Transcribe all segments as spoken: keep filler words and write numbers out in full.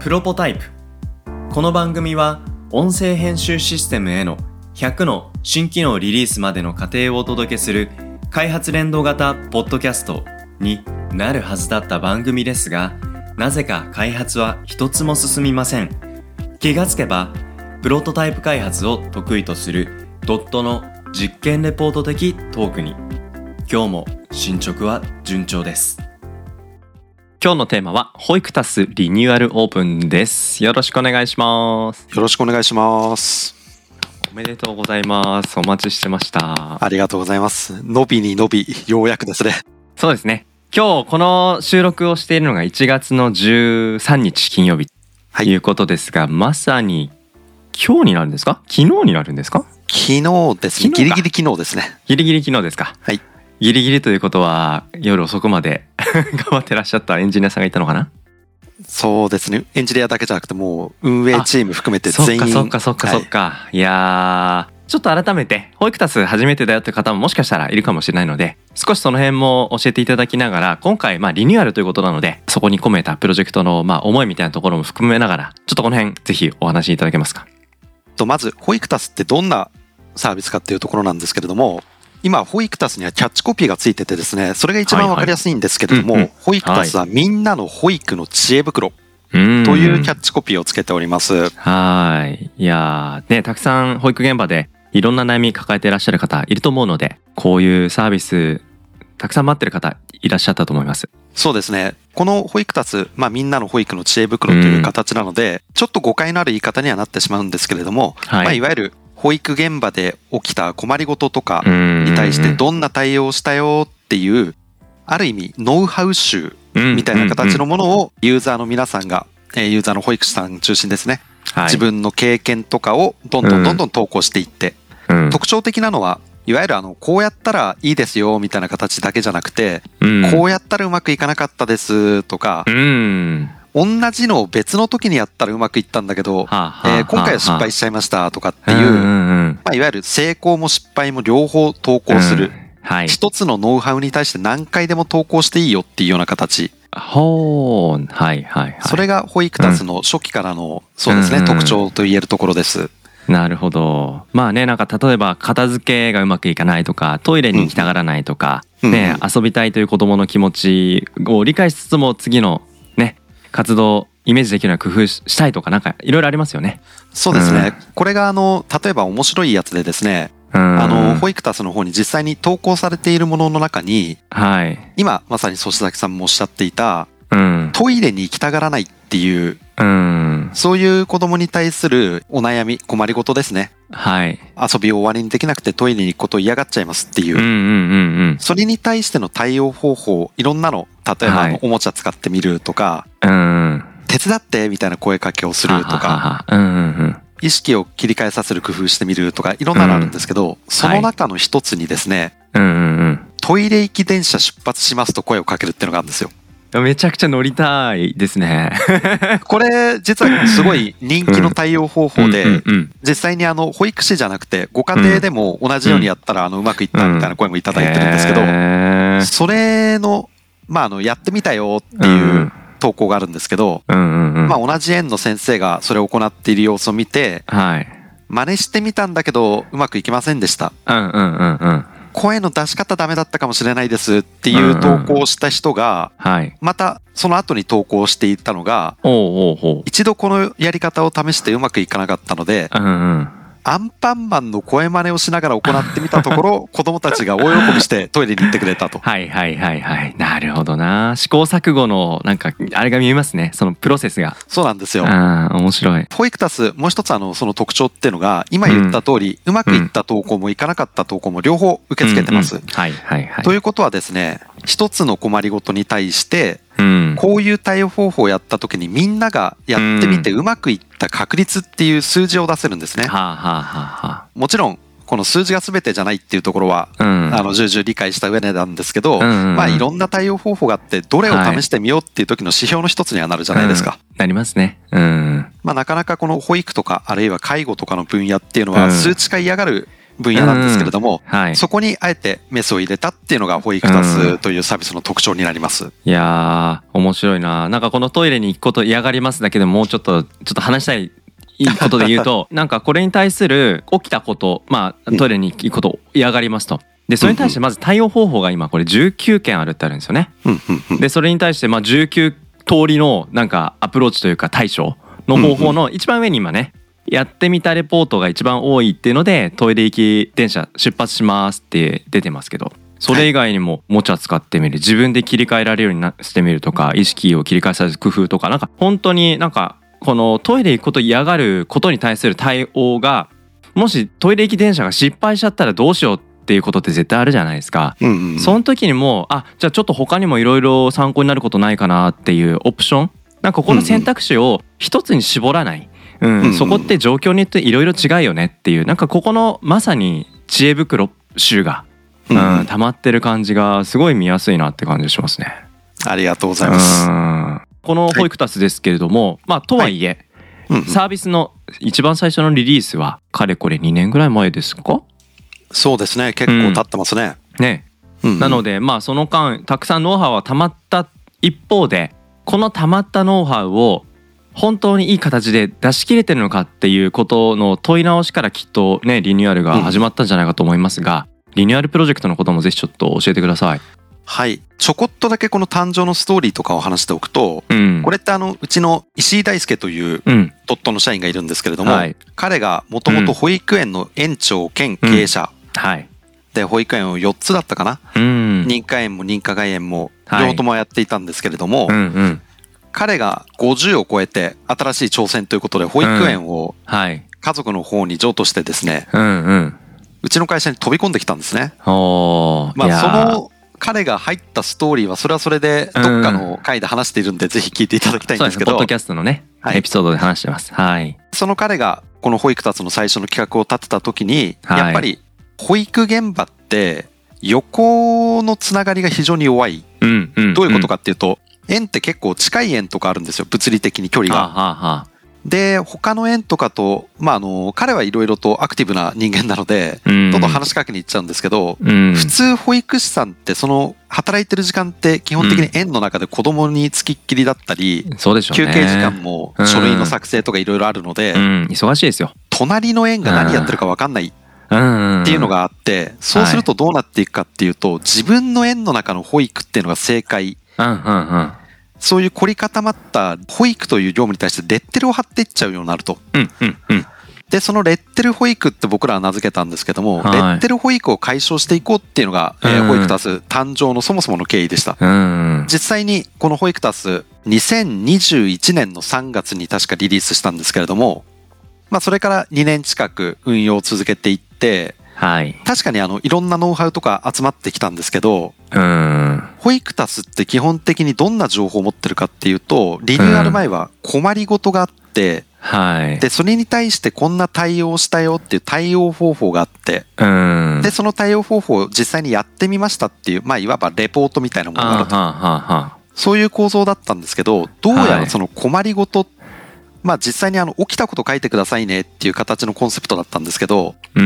プロポタイプ。この番組は音声編集システムへのひゃくの新機能リリースまでの過程をお届けする開発連動型ポッドキャストになるはずだった番組ですが、なぜか開発は一つも進みません。気がつけばプロトタイプ開発を得意とするドットの実験レポート的トークに。今日も進捗は順調です。 今日のテーマはホイクタスリニューアルオープンです。よろしくお願いします。 よろしくお願いします。 おめでとうございます。お待ちしてました。 ありがとうございます。伸びに伸び、ようやくですね。 そうですね。今日この収録をしているのがいちがつのじゅうさんにち金曜日ということですが、はい、まさに今日になるんですか？昨日になるんですか？ 昨日ですね。ギリギリ昨日ですね。 ギリギリ昨日ですか？はい。ギリギリということは夜遅くまで頑張ってらっしゃったエンジニアさんがいたのかな？ そうですね。エンジニアだけじゃなくてもう運営チーム含めて全員。 そっかそっかそっかそっか、はい、いやーちょっと改めてホイクタス初めてだよって方ももしかしたらいるかもしれないので、少しその辺も教えていただきながら、今回まあリニューアルということなので、そこに込めたプロジェクトのまあ思いみたいなところも含めながら、ちょっとこの辺ぜひお話しいただけますか？ とまずホイクタスってどんなサービスかっていうところなんですけれども、今ホイクタスにはキャッチコピーがついててですね、それが一番わかりやすいんですけれども、はいはい、ホイクタスはみんなの保育の知恵袋というキャッチコピーをつけております。 はい。いやーね、たくさん保育現場でいろんな悩み抱えていらっしゃる方いると思うので、こういうサービスたくさん待ってる方いらっしゃったと思います。 そうですね。このホイクタス、まあみんなの保育の知恵袋という形なので、ちょっと誤解のある言い方にはなってしまうんですけれども、はい、まあいわゆる保育現場で起きた困りごととかに対してどんな対応をしたよっていう、ある意味ノウハウ集みたいな形のものをユーザーの皆さんが、ユーザーの保育士さん中心ですね、はい、自分の経験とかをどんどんどんどん投稿していって、うん、特徴的なのはいわゆるあのこうやったらいいですよみたいな形だけじゃなくて、うん、こうやったらうまくいかなかったですとか、うん、同じのを別の時にやったらうまくいったんだけど、はあはあえー、今回は失敗しちゃいましたとかっていう、うんうんうんまあ、いわゆる成功も失敗も両方投稿する、うんはい、一つのノウハウに対して何回でも投稿していいよっていうような形。 ほー、はいはいはい。 それがホイクタスの初期からの、うん、そうですね、うんうん、特徴と言えるところです。 なるほど。まあね、なんか例えば片付けがうまくいかないとか、トイレに行きたがらないとか、うんね、うん、遊びたいという子供の気持ちを理解しつつも次のね、活動イメージできるような工夫したいとか、なんかいろいろありますよね。 そうですね。うん、これがあの例えば面白いやつでですね、あのホイクタスの方に実際に投稿されているものの中に、はい、今まさに粗崎さんもおっしゃっていた、うん、トイレに行きたがらないっていう、うん、そういう子供に対するお悩み困りごとですね。はい、遊びを終わりにできなくてトイレに行くことを嫌がっちゃいますっていう、うんうんうんうん、それに対しての対応方法いろんなの、例えばあのおもちゃ使ってみるとか、はい、うん手伝ってみたいな声かけをするとか、うんうんうん、意識を切り替えさせる工夫してみるとかいろんなのあるんですけど、うん、その中の一つにですね、はいうんうんうん、トイレ行き電車出発しますと声をかけるっていうのがあるんですよ。 めちゃくちゃ乗りたいですねこれ実はすごい人気の対応方法で、うんうんうん、実際にあの保育士じゃなくてご家庭でも同じようにやったらあのうまくいったみたいな声もいただいてるんですけど、うん、それのまああのやってみたよっていう投稿があるんですけど、うんうんうん、まあ同じ園の先生がそれを行っている様子を見て、はい、真似してみたんだけどうまくいきませんでした、うんうんうんうん、声の出し方ダメだったかもしれないですっていう投稿をした人が、うんうんはい、またその後に投稿していったのが、おうおうおう一度このやり方を試してうまくいかなかったので、うんうんアンパンマンの声真似をしながら行ってみたところ子供たちが大喜びしてトイレに行ってくれたと。 はいはいはいはいなるほどな。試行錯誤のなんかあれが見えますね、そのプロセスが。 そうなんですよ。 あ面白い。 ホイクタスもう一つあのその特徴っていうのが今言った通り、うん、うまくいった投稿もいかなかった投稿も両方受け付けてます、うんうん、はいはいはい。ということはですね、一つの困りごとに対してうん、こういう対応方法をやった時にみんながやってみてうまくいった確率っていう数字を出せるんですね、うんはあはあはあ、もちろんこの数字が全てじゃないっていうところは、うん、あの重々理解した上でなんですけど、うんうんうん、まあいろんな対応方法があってどれを試してみようっていう時の指標の一つにはなるじゃないですか、 はいうん、なりますね、うんまあ、なかなかこの保育とかあるいは介護とかの分野っていうのは数値化嫌がる分野なんですけれども、 はい、 そこにあえてメスを入れたっていうのがホイクタスというサービスの特徴になります。 いやー面白いな。なんかこのトイレに行くこと嫌がりますだけでもうちょっとちょっと話したいことで言うとなんかこれに対する起きたこと、まあトイレに行くことを嫌がりますと。でそれに対してまず対応方法が今これじゅうきゅうけんあるってあるんですよね。でそれに対してまあじゅうきゅう通りのなんかアプローチというか対処の方法の一番上に今ねやってみたレポートが一番多いっていうのでトイレ行き電車出発しますって出てますけど、それ以外にもおもちゃ使ってみる、自分で切り替えられるようになしてみるとか、意識を切り替えさせる工夫とか、なんか本当になんかこのトイレ行くこと嫌がることに対する対応が、もしトイレ行き電車が失敗しちゃったらどうしようっていうことって絶対あるじゃないですか、うんうん、その時にもあじゃあちょっと他にもいろいろ参考になることないかなっていうオプション、なんかこの選択肢を一つに絞らない、うんうん、そこって状況によっていろいろ違うよねっていう、なんかここのまさに知恵袋集が、うんうん、溜まってる感じがすごい見やすいなって感じしますね。 ありがとうございます。 うんこのホイクタスですけれども、はい、まあとはいえ、はいうんうん、サービスの一番最初のリリースはかれこれにねんぐらい前ですか？ そうですね、結構経ってますね、 うん、ね、うんうん、なのでまあその間たくさんノウハウは溜まった一方で、この溜まったノウハウを本当にいい形で出し切れてるのかっていうことの問い直しからきっとねリニューアルが始まったんじゃないかと思いますが、うん、リニューアルプロジェクトのこともぜひちょっと教えてください。 はい、ちょこっとだけこの誕生のストーリーとかを話しておくと、うん、これってあのうちの石井大輔というドットの社員がいるんですけれども、うんはい、彼がもともと保育園の園長兼経営者、うんはい、で保育園をよっつだったかな、うん、認可園も認可外園も両方ともやっていたんですけれども、はいうんうん彼がごじゅうを超えて新しい挑戦ということで保育園を家族の方に譲渡してですね、うんうん、うちの会社に飛び込んできたんですね。おまあその彼が入ったストーリーはそれはそれでどっかの回で話しているんでぜひ聞いていただきたいんですけど、 ポッドキャストのね、はい、エピソードで話してます。はい。 その彼がこのホイクタスの最初の企画を立てた時に、はい、やっぱり保育現場って横のつながりが非常に弱い、うんうんうん、どういうことかっていうと園って結構近い園とかあるんですよ、物理的に距離が。はあはあ、で他の園とかと、まあ、あの彼はいろいろとアクティブな人間なので、うん、どんどん話しかけに行っちゃうんですけど、うん、普通保育士さんってその働いてる時間って基本的に園の中で子供につきっきりだったり、うん、そうでしょうね、休憩時間も書類の作成とかいろいろあるので、 うん、忙しいですよ。 隣の園が何やってるか分かんないっていうのがあって、そうするとどうなっていくかっていうと、自分の園の中の保育っていうのが正解、うんうんうんそういう凝り固まった保育という業務に対してレッテルを貼っていっちゃうようになると、うんうんうん、でそのレッテル保育って僕らは名付けたんですけども、はい、レッテル保育を解消していこうっていうのが、うんえー、ホイクタス誕生のそもそもの経緯でした、うん、実際にこのホイクタスにせんにじゅういちねんのさんがつに確かリリースしたんですけれども、まあ、それからにねん近く運用を続けていって、はい、確かにあのいろんなノウハウとか集まってきたんですけど、うんホイクタスって基本的にどんな情報を持ってるかっていうと、リニューアル前は困りごとがあって、はい、でそれに対してこんな対応したよっていう対応方法があって、うんでその対応方法を実際にやってみましたっていう、まあ、いわばレポートみたいなものがあると、はははそういう構造だったんですけど、どうやらその困りごと、まあ、実際にあの起きたこと書いてくださいねっていう形のコンセプトだったんですけど、うん、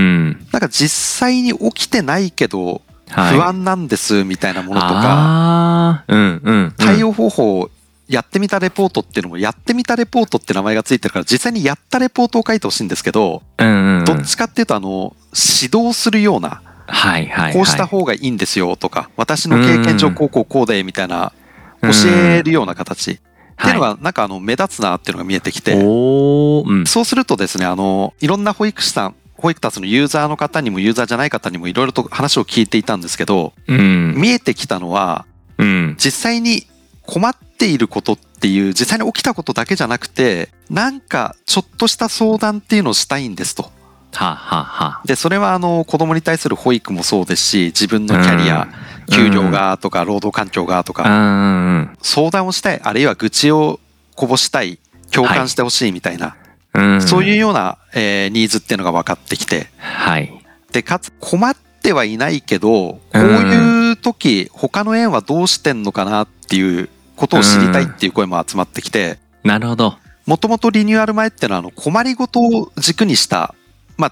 なんか実際に起きてないけど不安なんですみたいなものとか、はいうんうんうん、対応方法をやってみたレポートっていうのも、やってみたレポートって名前がついてるから実際にやったレポートを書いてほしいんですけど、うんうん、どっちかっていうとあの指導するような、はいはいはい、こうした方がいいんですよとか、私の経験上こうこうこうでみたいな教えるような形、うんっていうのがなんかあの目立つなっていうのが見えてきて、おうん、そうするとですね、あのいろんな保育士さん、保育タスのユーザーの方にもユーザーじゃない方にもいろいろと話を聞いていたんですけど、うん、見えてきたのは、うん、実際に困っていることっていう、実際に起きたことだけじゃなくて、なんかちょっとした相談っていうのをしたいんですと。はははでそれはあの子供に対する保育もそうですし、自分のキャリア、うん、給料がとか労働環境がとか、うん、相談をしたい、あるいは愚痴をこぼしたい、共感してほしいみたいな、はい、そういうような、えー、ニーズっていうのが分かってきて、はい、でかつ困ってはいないけど、こういう時他の園はどうしてんのかなっていうことを知りたいっていう声も集まってきて、 なるほど。 もともとリニューアル前っていうのはあの困りごとを軸にした、まあちょっと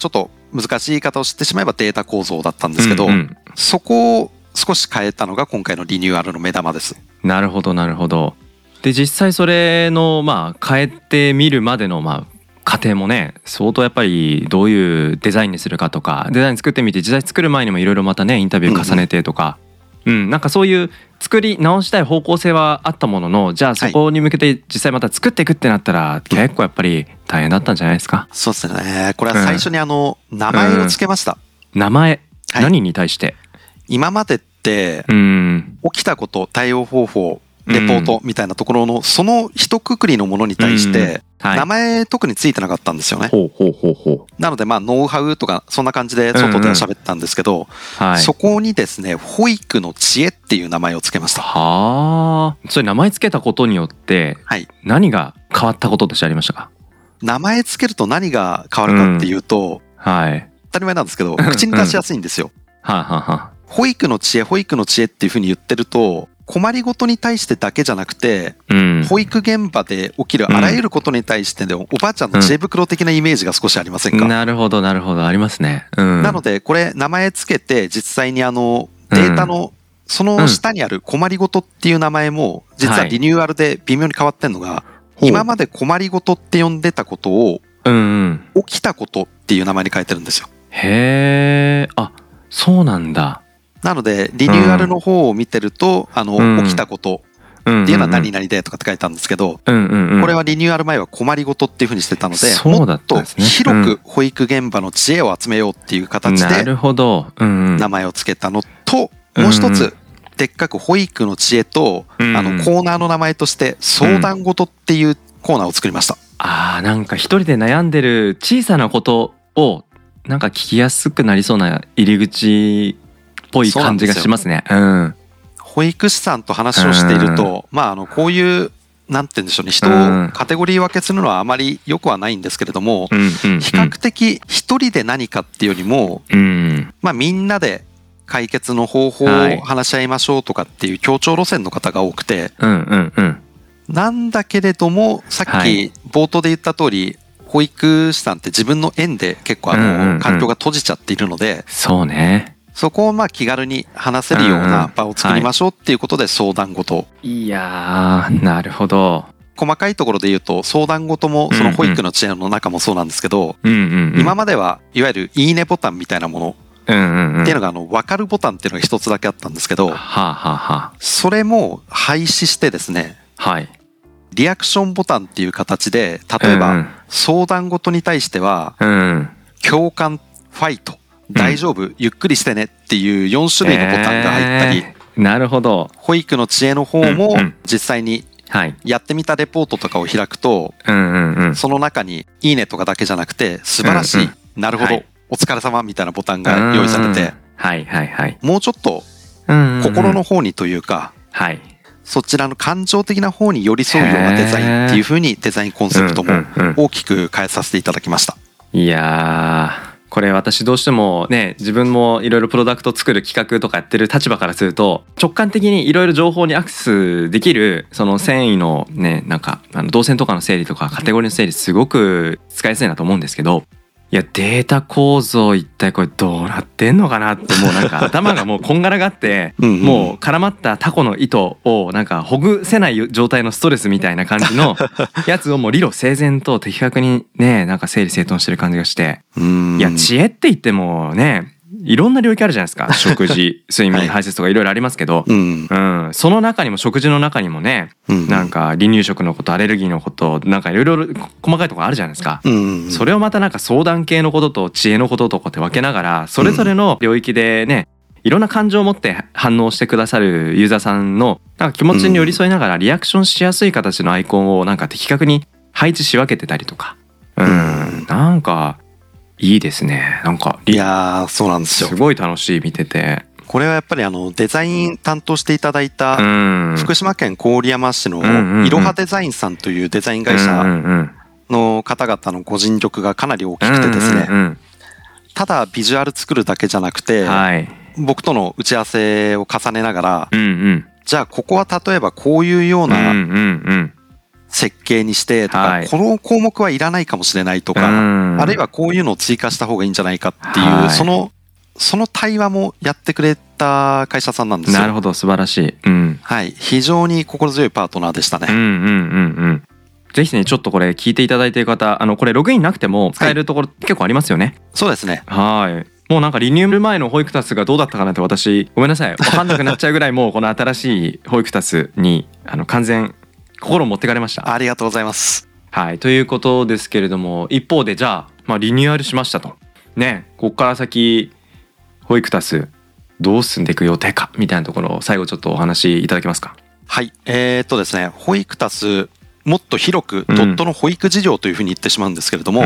難しい言い方をしてしまえばデータ構造だったんですけど、うんうん、そこを少し変えたのが今回のリニューアルの目玉です。 なるほどなるほど。で実際それのまあ変えてみるまでのまあ過程もね相当やっぱりどういうデザインにするかとか、デザイン作ってみて実際作る前にもいろいろまたねインタビュー重ねてとか、うん、うん、なんかそういう作り直したい方向性はあったものの、じゃあそこに向けて実際また作っていくってなったら結構やっぱり大変だったんじゃないですか？ そうですね。これは最初にあの名前をつけました。 うん、名前、はい、何に対して？今までって起きたこと、対応方法、レポートみたいなところのその一括りのものに対して名前特についてなかったんですよね。なのでまあノウハウとかそんな感じで外では喋ったんですけど、そこにですね保育の知恵っていう名前をつけました。 はあ、それ名前つけたことによって何が変わったこととしてありましたか？ 名前つけると何が変わるかっていうと、うん、はい、当たり前なんですけど口に出しやすいんですよ。はあはあ、保育の知恵保育の知恵っていうふうに言ってると困りごとに対してだけじゃなくて、うん、保育現場で起きるあらゆることに対してのおばあちゃんの知恵袋的なイメージが少しありませんか？ うん、なるほどなるほど、ありますね。うん、 なのでこれ名前つけて実際にあのデータのその下にある困りごとっていう名前も実はリニューアルで微妙に変わってんのが、はい、今まで困りごとって呼んでたことを起きたことっていう名前に変えてるんですよ。 へー、あ、そうなんだ。 なのでリニューアルの方を見てると、うん、あの起きたことっていうのは何々でとかって書いたんですけど、うんうんうん、これはリニューアル前は困りごとっていうふうにしてたので、もっと広く保育現場の知恵を集めようっていう形で名前をつけたのと、もう一つでっかく保育の知恵とあのコーナーの名前として相談事っていうコーナーを作りました。 あー、なんか一人で悩んでる小さなことをなんか聞きやすくなりそうな入り口っぽい感じがしますね。うん、 保育士さんと話をしていると、うん、まああのこういうなんて言うんでしょうね、人をカテゴリー分けするのはあまり良くはないんですけれども、うんうんうん、比較的一人で何かっていうよりも、うん、まあみんなで解決の方法を話し合いましょうとかっていう協調路線の方が多くて、うんうんうん、なんだけれどもさっき冒頭で言った通り、保育士さんって自分の園で結構あの環境が閉じちゃっているので、うんうんうん、 そうね、 そこをまあ気軽に話せるような場を作りましょうっていうことで相談事、はい、 いやー、なるほど。 細かいところで言うと相談事もその保育の知恵の中もそうなんですけど、うんうんうん、今まではいわゆるいいねボタンみたいなものっていうのがあの分かるボタンっていうのが一つだけあったんですけど、はあはあ、それも廃止してですね、はい、リアクションボタンっていう形で、例えば相談事に対しては共感、ファイト、大丈夫、ゆっくりしてねっていうよん種類のボタンが入ったり、えー、なるほど。 保育の知恵の方も実際にやってみたレポートとかを開くと、その中にいいねとかだけじゃなくて素晴らしい、なるほど、お疲れ様みたいなボタンが用意されて、もうちょっと心の方にというか、そちらの感情的な方に寄り添うようなデザインっていう風にデザインコンセプトも大きく変えさせていただきました。 いやー、これ私どうしてもね、自分もいろいろプロダクト作る企画とかやってる立場からすると、直感的にいろいろ情報にアクセスできるその繊維のね、なんかあの動線とかの整理とかカテゴリーの整理すごく使いやすいなと思うんですけど、いやデータ構造一体これどうなってんのかなって、もうなんか頭がもうこんがらがってうん、うん、もう絡まったタコの糸をなんかほぐせない状態のストレスみたいな感じのやつをもう理路整然と的確にね、なんか整理整頓してる感じがして、いや知恵って言ってもね、いろんな領域あるじゃないですか。食事、睡眠、排泄とかいろいろありますけど、うん、うん、その中にも食事の中にもね、うん、なんか離乳食のこと、アレルギーのこと、なんかいろいろ細かいところあるじゃないですか、うん、それをまたなんか相談系のことと知恵のこととかって分けながら、それぞれの領域でね、いろんな感情を持って反応してくださるユーザーさんのなんか気持ちに寄り添いながらリアクションしやすい形のアイコンをなんか的確に配置し分けてたりとか、うん、なんかいいですね。なんかいやー、そうなんですよ。 すごい楽しい、見てて。 これはやっぱりあのデザイン担当していただいた福島県郡山市のいろはデザインさんというデザイン会社の方々のご尽力がかなり大きくてですね、ただビジュアル作るだけじゃなくて、僕との打ち合わせを重ねながら、じゃあここは例えばこういうような設計にしてとか、はい、この項目はいらないかもしれないとか、あるいはこういうのを追加した方がいいんじゃないかっていう、はい、そのその対話もやってくれた会社さんなんですよ。 なるほど、素晴らしい。うん、 はい、非常に心強いパートナーでしたね。 うんうんうんうん。ぜひね、ちょっとこれ聞いていただいている方、あのこれログインなくても使えるところ結構ありますよね。 はい、そうですね。 はい。もうなんかリニューアル前のホイクタスがどうだったかなって私ごめんなさい分かんなくなっちゃうぐらい、もうこの新しいホイクタスにあの完全心持ってかれました。 ありがとうございます。 はい、ということですけれども、一方でじゃあ、まあ、リニューアルしましたとね、ここから先ホイクタスどう進んでいく予定かみたいなところを最後ちょっとお話しいただけますか。 はい、えー、っとですねホイクタスもっと広くドットの保育事業というふうに言ってしまうんですけれども、うん、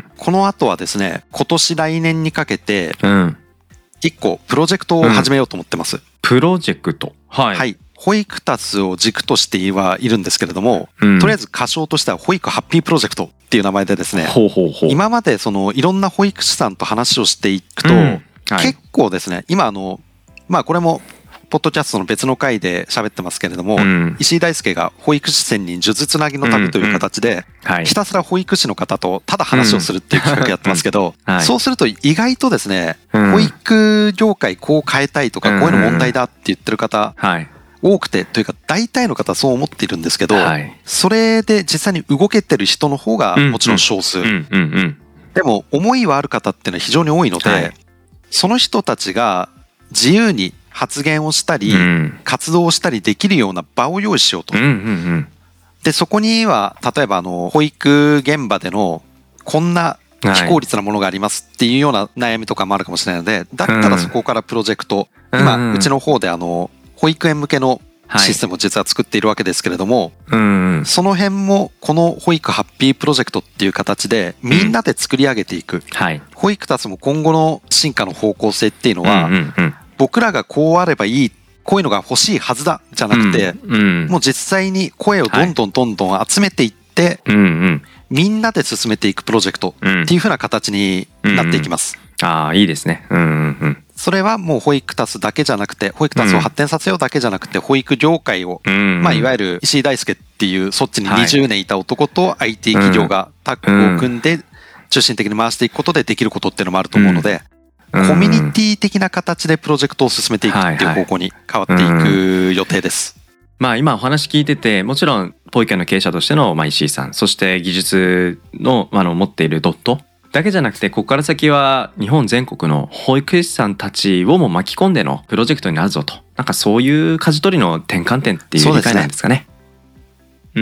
この後はですね今年来年にかけて一個プロジェクトを始めようと思ってます。うん、 プロジェクト、はい、 はい、ホイクタスを軸としてはいるんですけれども、うん、とりあえず仮称としてはホイクハッピープロジェクトっていう名前でですね、 ほうほうほう、 今までそのいろんな保育士さんと話をしていくと、うん、はい、結構ですね今あのまあこれもポッドキャストの別の回で喋ってますけれども、うん、石井大輔が保育士専任数珠つなぎの旅という形で、うんうんはい、ひたすら保育士の方とただ話をするっていう企画やってますけど、うんはい、そうすると意外とですね、うん、保育業界こう変えたいとか、こういうの問題だって言ってる方、はい、多くてというか大体の方はそう思っているんですけど、はい、それで実際に動けてる人の方がもちろん少数、でも思いはある方っていうのは非常に多いので、はい、その人たちが自由に発言をしたり、うん、活動をしたりできるような場を用意しようと、うんうんうん、でそこには例えばあの保育現場でのこんな非効率なものがありますっていうような悩みとかもあるかもしれないので、だったらそこからプロジェクト、うん、今うちの方であの保育園向けのシステムを実は作っているわけですけれども、はい、その辺もこの保育ハッピープロジェクトっていう形でみんなで作り上げていく、うんはい、保育たちも今後の進化の方向性っていうのは、うんうんうん、僕らがこうあればいい、こういうのが欲しいはずだじゃなくて、うんうん、もう実際に声をどんどんどんどん集めていって、はい、うんうん、みんなで進めていくプロジェクトっていう風な形になっていきます。 うんうん、ああいいですね。うんうんうん。 それはもう保育タスだけじゃなくて、保育タスを発展させようだけじゃなくて、保育業界を、うんうん、まあいわゆる石井大輔っていうそっちににじゅうねんいた男と アイティー 企業がタッグを組んで中心的に回していくことでできることっていうのもあると思うので、コミュニティ的な形でプロジェクトを進めていくっていう方向に変わっていく予定です。 まあ今お話聞いてて、もちろん保育園の経営者としてのまあ石井さん、そして技術のあの持っているドットだけじゃなくて、ここから先は日本全国の保育士さんたちをも巻き込んでのプロジェクトになるぞと、なんかそういう舵取りの転換点っていう理解なんですかね。うん、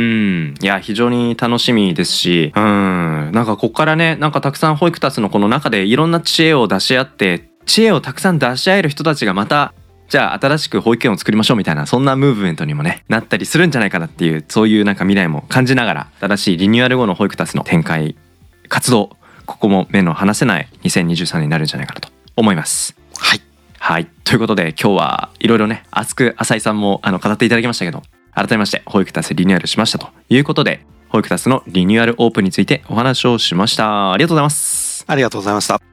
いや非常に楽しみですし、うん、なんかここからね、なんかたくさん保育たちのこの中でいろんな知恵を出し合って、知恵をたくさん出し合える人たちがまたじゃあ新しく保育園を作りましょうみたいな、そんなムーブメントにもねなったりするんじゃないかなっていう、そういうなんか未来も感じながら、新しいリニューアル後の保育たちの展開活動、ここも目の離せないにせんにじゅうさんねんになるんじゃないかなと思います。 はいはい、ということで今日はいろいろね熱く浅井さんもあの語っていただきましたけど、改めまして保育タスリニューアルしましたということで、保育タスのリニューアルオープンについてお話をしました。ありがとうございます。 ありがとうございました。